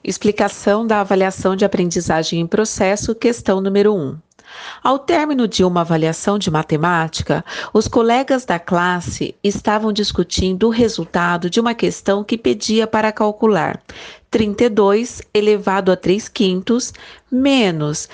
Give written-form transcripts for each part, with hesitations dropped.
Explicação da avaliação de aprendizagem em processo, questão número 1. Ao término de uma avaliação de matemática, os colegas da classe estavam discutindo o resultado de uma questão que pedia para calcular 32 elevado a 3 quintos menos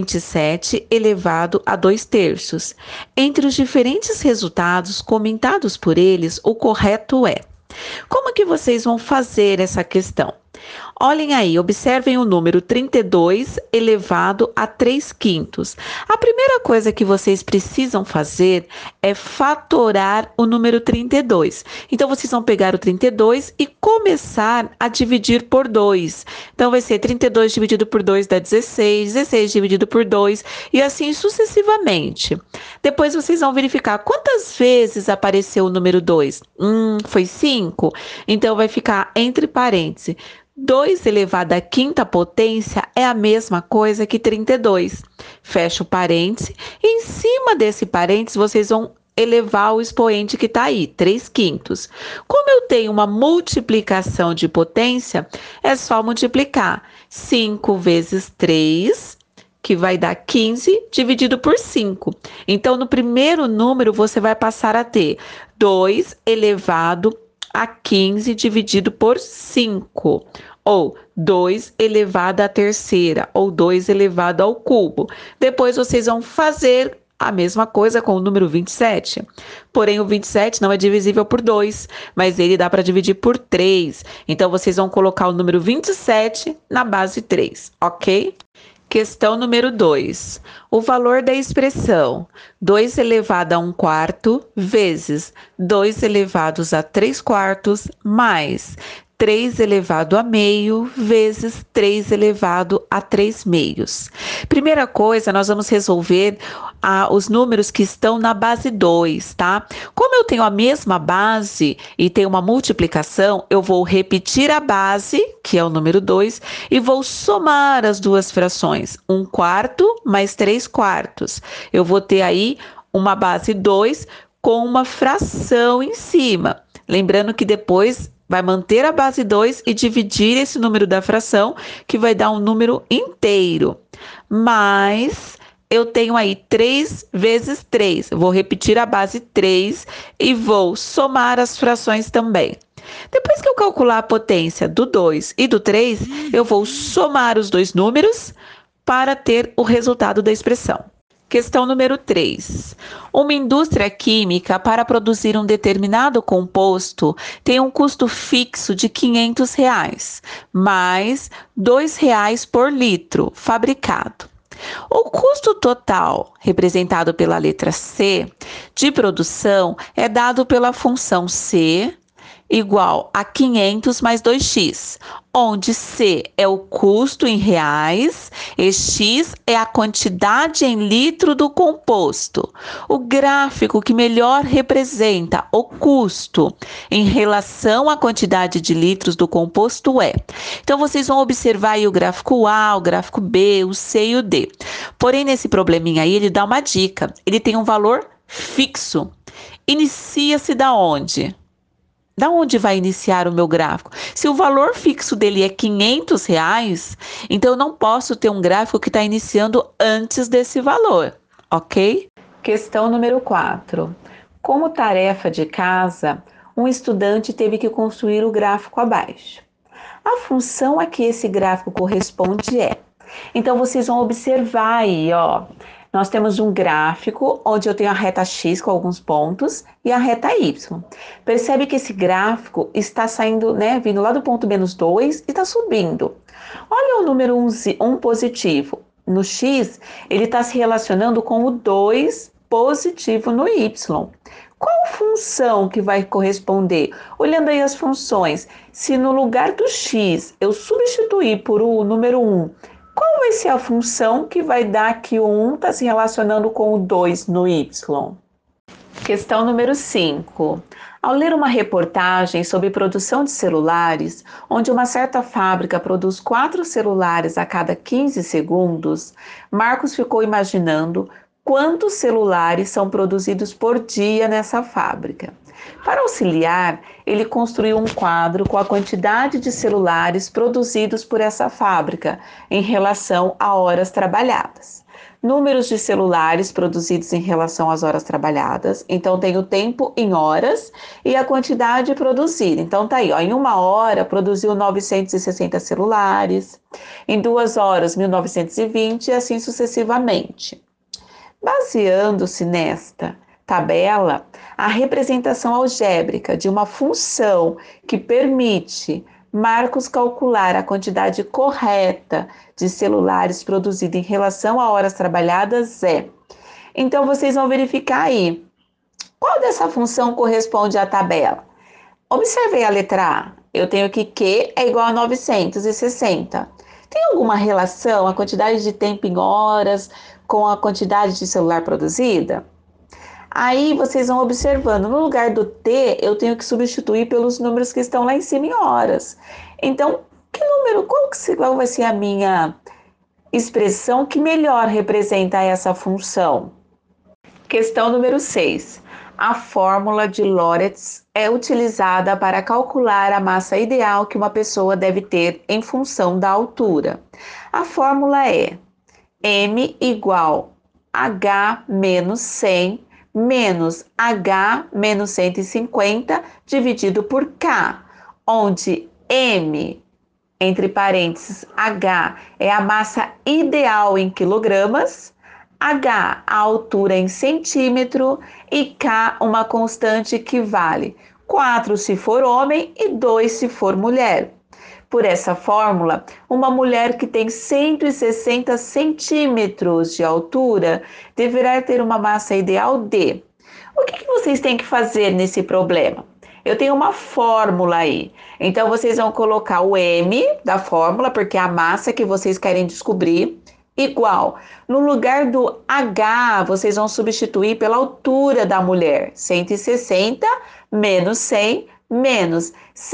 27 elevado a 2 terços. Entre os diferentes resultados comentados por eles, o correto é: como que vocês vão fazer essa questão? Olhem aí, observem o número 32 elevado a 3 quintos. A primeira coisa que vocês precisam fazer é fatorar o número 32. Então, vocês vão pegar o 32 e começar a dividir por 2. Então, vai ser 32 dividido por 2 dá 16, 16 dividido por 2 e assim sucessivamente. Depois, vocês vão verificar quantas vezes apareceu o número 2. Foi 5? Então, vai ficar entre parênteses. 2 elevado à quinta potência é a mesma coisa que 32. Fecha o parêntese. E em cima desse parêntese, vocês vão elevar o expoente que está aí, 3 quintos. Como eu tenho uma multiplicação de potência, é só multiplicar 5 vezes 3, que vai dar 15, dividido por 5. Então, no primeiro número, você vai passar a ter 2 elevado a 15 dividido por 5, ou 2 elevado à terceira, ou 2 elevado ao cubo. Depois vocês vão fazer a mesma coisa com o número 27. Porém, o 27 não é divisível por 2, mas ele dá para dividir por 3. Então, vocês vão colocar o número 27 na base 3, ok? Questão número 2. O valor da expressão 2 elevado a 1 quarto vezes 2 elevados a 3 quartos mais 3 elevado a meio vezes 3 elevado a 3 meios. Primeira coisa, nós vamos resolver os números que estão na base 2, tá? Como eu tenho a mesma base e tenho uma multiplicação, eu vou repetir a base, que é o número 2, e vou somar as duas frações. 1 quarto mais 3 quartos. Eu vou ter aí uma base 2 com uma fração em cima. Lembrando que depois vai manter a base 2 e dividir esse número da fração, que vai dar um número inteiro. Mas eu tenho aí 3 vezes 3. Eu vou repetir a base 3 e vou somar as frações também. Depois que eu calcular a potência do 2 e do 3, eu vou somar os dois números para ter o resultado da expressão. Questão número 3. Uma indústria química, para produzir um determinado composto, tem um custo fixo de R$ 500, mais R$ 2 por litro fabricado. O custo total, representado pela letra C, de produção, é dado pela função C igual a 500 mais 2x, onde C é o custo em reais e x é a quantidade em litro do composto. O gráfico que melhor representa o custo em relação à quantidade de litros do composto é. Então, vocês vão observar aí o gráfico A, o gráfico B, o C e o D. Porém, nesse probleminha aí, ele dá uma dica. Ele tem um valor fixo. Inicia-se da onde? Da onde vai iniciar o meu gráfico? Se o valor fixo dele é R$ 500, então eu não posso ter um gráfico que está iniciando antes desse valor, ok? Questão número 4. Como tarefa de casa, um estudante teve que construir o gráfico abaixo. A função a que esse gráfico corresponde é. Então, vocês vão observar aí, ó. Nós temos um gráfico onde eu tenho a reta X com alguns pontos e a reta Y. Percebe que esse gráfico está saindo, né, vindo lá do ponto -2 e está subindo. Olha o número 1 positivo. No X, ele está se relacionando com o 2 positivo no Y. Qual função que vai corresponder? Olhando aí as funções, se no lugar do X eu substituir por o número 1, qual vai ser a função que vai dar que o 1 está se relacionando com o 2 no Y? Questão número 5. Ao ler uma reportagem sobre produção de celulares, onde uma certa fábrica produz 4 celulares a cada 15 segundos, Marcos ficou imaginando quantos celulares são produzidos por dia nessa fábrica. Para auxiliar, ele construiu um quadro com a quantidade de celulares produzidos por essa fábrica em relação a horas trabalhadas. Números de celulares produzidos em relação às horas trabalhadas. Então, tem o tempo em horas e a quantidade produzida. Então, tá aí, ó, em 1 hora produziu 960 celulares, em 2 horas 1920 e assim sucessivamente. Baseando-se nesta tabela, a representação algébrica de uma função que permite Marcos calcular a quantidade correta de celulares produzida em relação a horas trabalhadas é. Então, vocês vão verificar aí. Qual dessa função corresponde à tabela? Observei a letra A. Eu tenho que Q é igual a 960. Tem alguma relação a quantidade de tempo em horas com a quantidade de celular produzida? Aí vocês vão observando, no lugar do T, eu tenho que substituir pelos números que estão lá em cima em horas. Então, que número, qual vai ser a minha expressão que melhor representa essa função? Questão número 6. A fórmula de Lorentz é utilizada para calcular a massa ideal que uma pessoa deve ter em função da altura. A fórmula é m igual h menos 100 menos H menos 150 dividido por K, onde M, entre parênteses, H é a massa ideal em quilogramas, H a altura em centímetro e K uma constante que vale 4 se for homem e 2 se for mulher. Por essa fórmula, uma mulher que tem 160 centímetros de altura deverá ter uma massa ideal de... O que vocês têm que fazer nesse problema? Eu tenho uma fórmula aí. Então, vocês vão colocar o M da fórmula, porque é a massa que vocês querem descobrir, igual. No lugar do H, vocês vão substituir pela altura da mulher. 160 menos 100 menos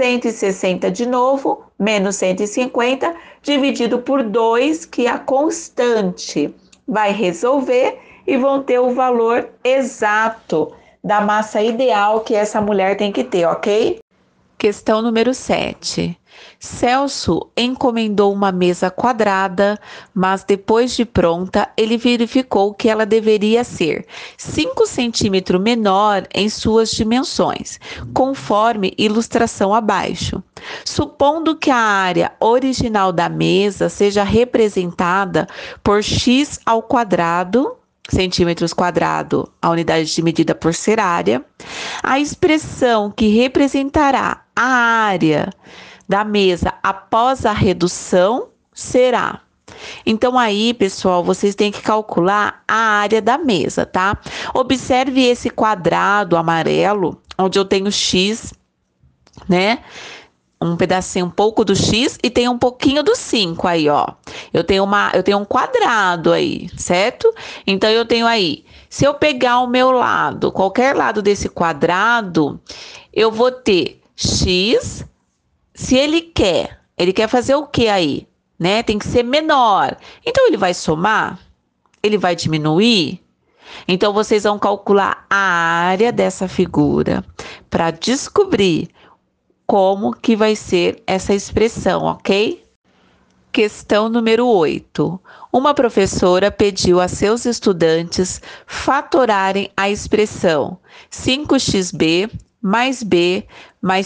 160 de novo, menos 150, dividido por 2, que é a constante. Vai resolver e vão ter o valor exato da massa ideal que essa mulher tem que ter, ok? Questão número 7. Celso encomendou uma mesa quadrada, mas depois de pronta, ele verificou que ela deveria ser 5 centímetros menor em suas dimensões, conforme ilustração abaixo. Supondo que a área original da mesa seja representada por x ao quadrado, centímetros quadrado, a unidade de medida por ser área, a expressão que representará a área da mesa após a redução será. Então aí, pessoal, vocês têm que calcular a área da mesa, tá? Observe esse quadrado amarelo, onde eu tenho x, né? Um pedacinho, um pouco do x e tem um pouquinho do 5 aí, ó. Eu tenho um quadrado aí, certo? Então, eu tenho aí, se eu pegar o meu lado, qualquer lado desse quadrado, eu vou ter x, se ele quer fazer o que aí? Né? Tem que ser menor. Então, ele vai somar? Ele vai diminuir? Então, vocês vão calcular a área dessa figura para descobrir como que vai ser essa expressão, ok? Questão número 8. Uma professora pediu a seus estudantes fatorarem a expressão 5xb mais b mais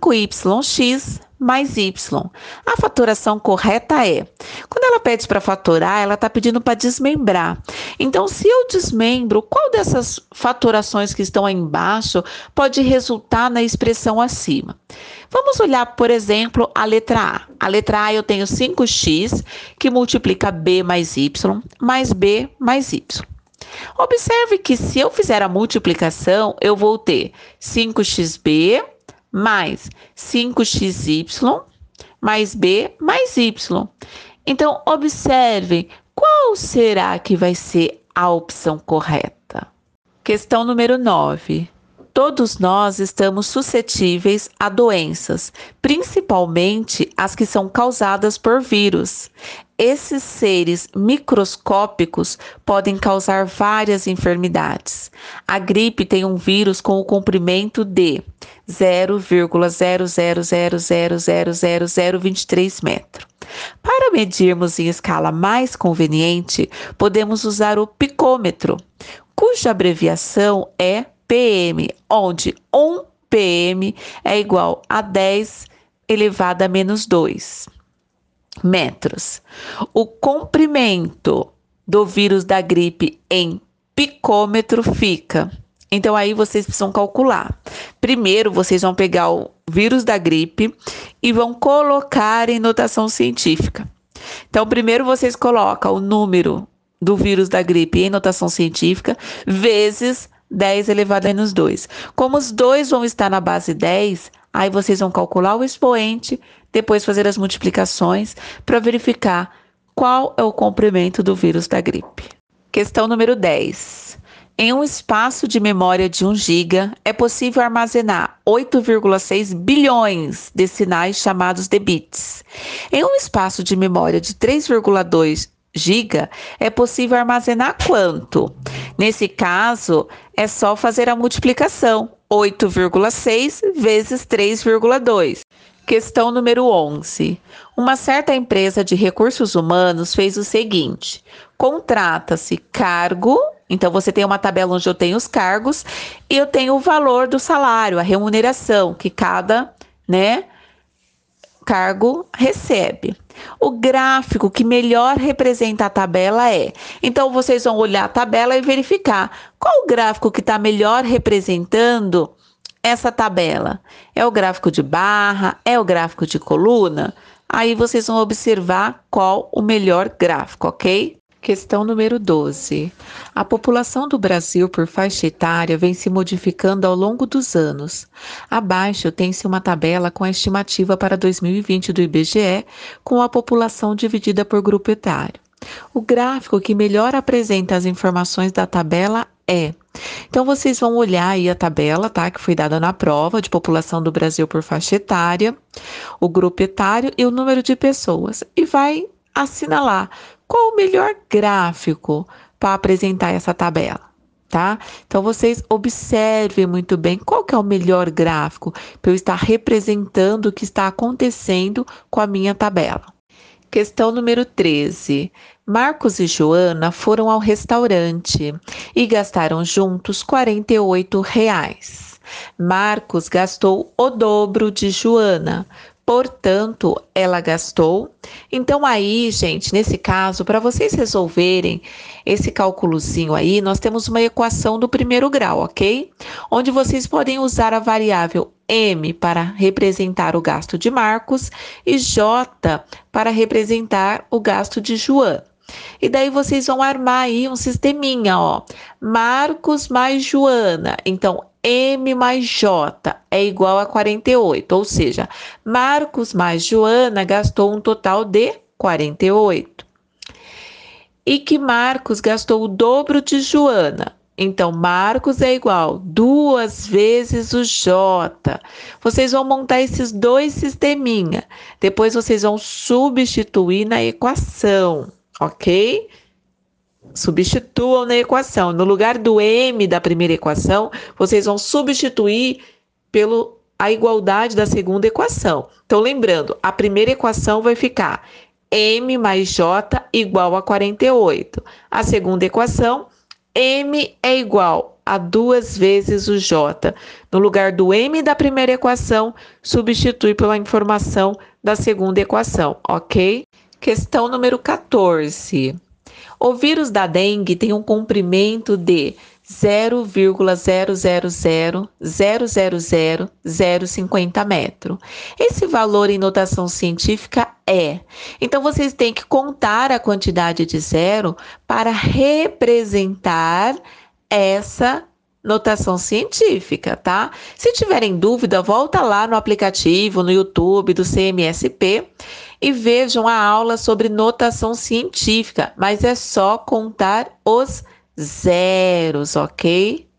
5yx mais y. A fatoração correta é, quando ela pede para fatorar, ela está pedindo para desmembrar. Então, se eu desmembro, qual dessas fatorações que estão aí embaixo pode resultar na expressão acima? Vamos olhar, por exemplo, a letra A. A letra A eu tenho 5x, que multiplica b mais y mais y. Observe que se eu fizer a multiplicação, eu vou ter 5xb mais 5xy mais b mais y. Então, observem qual será que vai ser a opção correta. Questão número 9. Todos nós estamos suscetíveis a doenças, principalmente as que são causadas por vírus. Esses seres microscópicos podem causar várias enfermidades. A gripe tem um vírus com o comprimento de 0,000000023 metros. Para medirmos em escala mais conveniente, podemos usar o picômetro, cuja abreviação é PM, onde 1 PM é igual a 10 elevado a menos 2 metros. O comprimento do vírus da gripe em picômetro fica. Então, aí vocês precisam calcular. Primeiro, vocês vão pegar o vírus da gripe e vão colocar em notação científica. Então, primeiro vocês colocam o número do vírus da gripe em notação científica vezes 10 elevado a menos 2. Como os dois vão estar na base 10, aí vocês vão calcular o expoente, depois fazer as multiplicações para verificar qual é o comprimento do vírus da gripe. Questão número 10. Em um espaço de memória de 1 GB, é possível armazenar 8,6 bilhões de sinais chamados de bits. Em um espaço de memória de 3,2 GB, é possível armazenar quanto? Nesse caso, é só fazer a multiplicação, 8,6 vezes 3,2. Questão número 11. Uma certa empresa de recursos humanos fez o seguinte: contrata-se cargo, então você tem uma tabela onde eu tenho os cargos e eu tenho o valor do salário, a remuneração que cada, cargo recebe. O gráfico que melhor representa a tabela é. Então, vocês vão olhar a tabela e verificar qual o gráfico que está melhor representando essa tabela. É o gráfico de barra? É o gráfico de coluna? Aí vocês vão observar qual o melhor gráfico, ok? Questão número 12. A população do Brasil por faixa etária vem se modificando ao longo dos anos. Abaixo tem-se uma tabela com a estimativa para 2020 do IBGE, com a população dividida por grupo etário. O gráfico que melhor apresenta as informações da tabela é. Então, vocês vão olhar aí a tabela, tá? Que foi dada na prova de população do Brasil por faixa etária, o grupo etário e o número de pessoas. E vai assinalar qual o melhor gráfico para apresentar essa tabela, tá? Então, vocês observem muito bem qual que é o melhor gráfico para eu estar representando o que está acontecendo com a minha tabela. Questão número 13. Marcos e Joana foram ao restaurante e gastaram juntos R$ 48. Marcos gastou o dobro de Joana, portanto, ela gastou. Então, aí, gente, nesse caso, para vocês resolverem esse cálculozinho aí, nós temos uma equação do primeiro grau, ok? Onde vocês podem usar a variável M para representar o gasto de Marcos e J para representar o gasto de Joana. E daí vocês vão armar aí um sisteminha, ó. Marcos mais Joana. Então, M mais J é igual a 48, ou seja, Marcos mais Joana gastou um total de 48. E que Marcos gastou o dobro de Joana. Então, Marcos é igual 2 vezes o J. Vocês vão montar esses dois sisteminha. Depois vocês vão substituir na equação, ok? Substituam na equação. No lugar do M da primeira equação, vocês vão substituir a igualdade da segunda equação. Então, lembrando, a primeira equação vai ficar M mais J igual a 48. A segunda equação, M é igual a 2 vezes o J. No lugar do M da primeira equação, substitui pela informação da segunda equação, ok? Questão número 14. O vírus da dengue tem um comprimento de 0,000000050 metros. Esse valor em notação científica é. Então, vocês têm que contar a quantidade de zero para representar essa notação científica, tá? Se tiverem dúvida, volta lá no aplicativo, no YouTube do CMSP e vejam a aula sobre notação científica, mas é só contar os zeros, ok?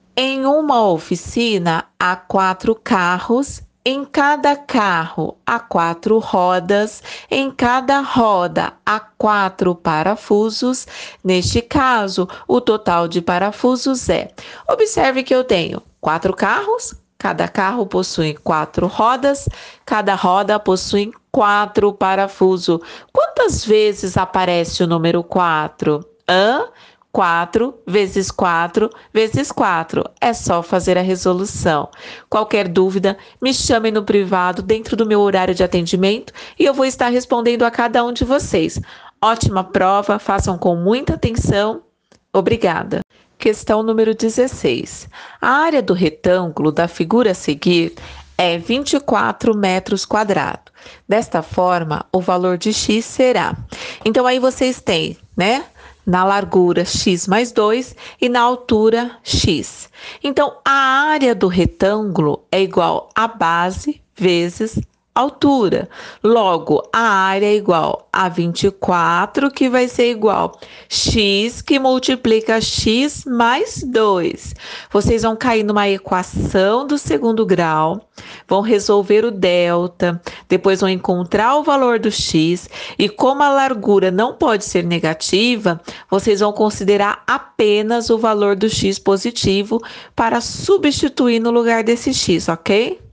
Em uma oficina há 4 carros. Em cada carro há 4 rodas. Em cada roda há 4 parafusos. Neste caso, o total de parafusos é. Observe que eu tenho 4 carros. Cada carro possui 4 rodas. Cada roda possui 4 parafusos. Quantas vezes aparece o número 4? 4 vezes 4 vezes 4. É só fazer a resolução. Qualquer dúvida, me chame no privado dentro do meu horário de atendimento e eu vou estar respondendo a cada um de vocês. Ótima prova, façam com muita atenção. Obrigada. Questão número 16. A área do retângulo da figura a seguir é 24 metros quadrados. Desta forma, o valor de x será. Então, aí vocês têm, né? Na largura x mais 2 e na altura x. Então, a área do retângulo é igual a base vezes altura. Logo, a área é igual a 24, que vai ser igual x, que multiplica x mais 2. Vocês vão cair numa equação do segundo grau, vão resolver o delta, depois vão encontrar o valor do x, e como a largura não pode ser negativa, vocês vão considerar apenas o valor do x positivo para substituir no lugar desse x, ok?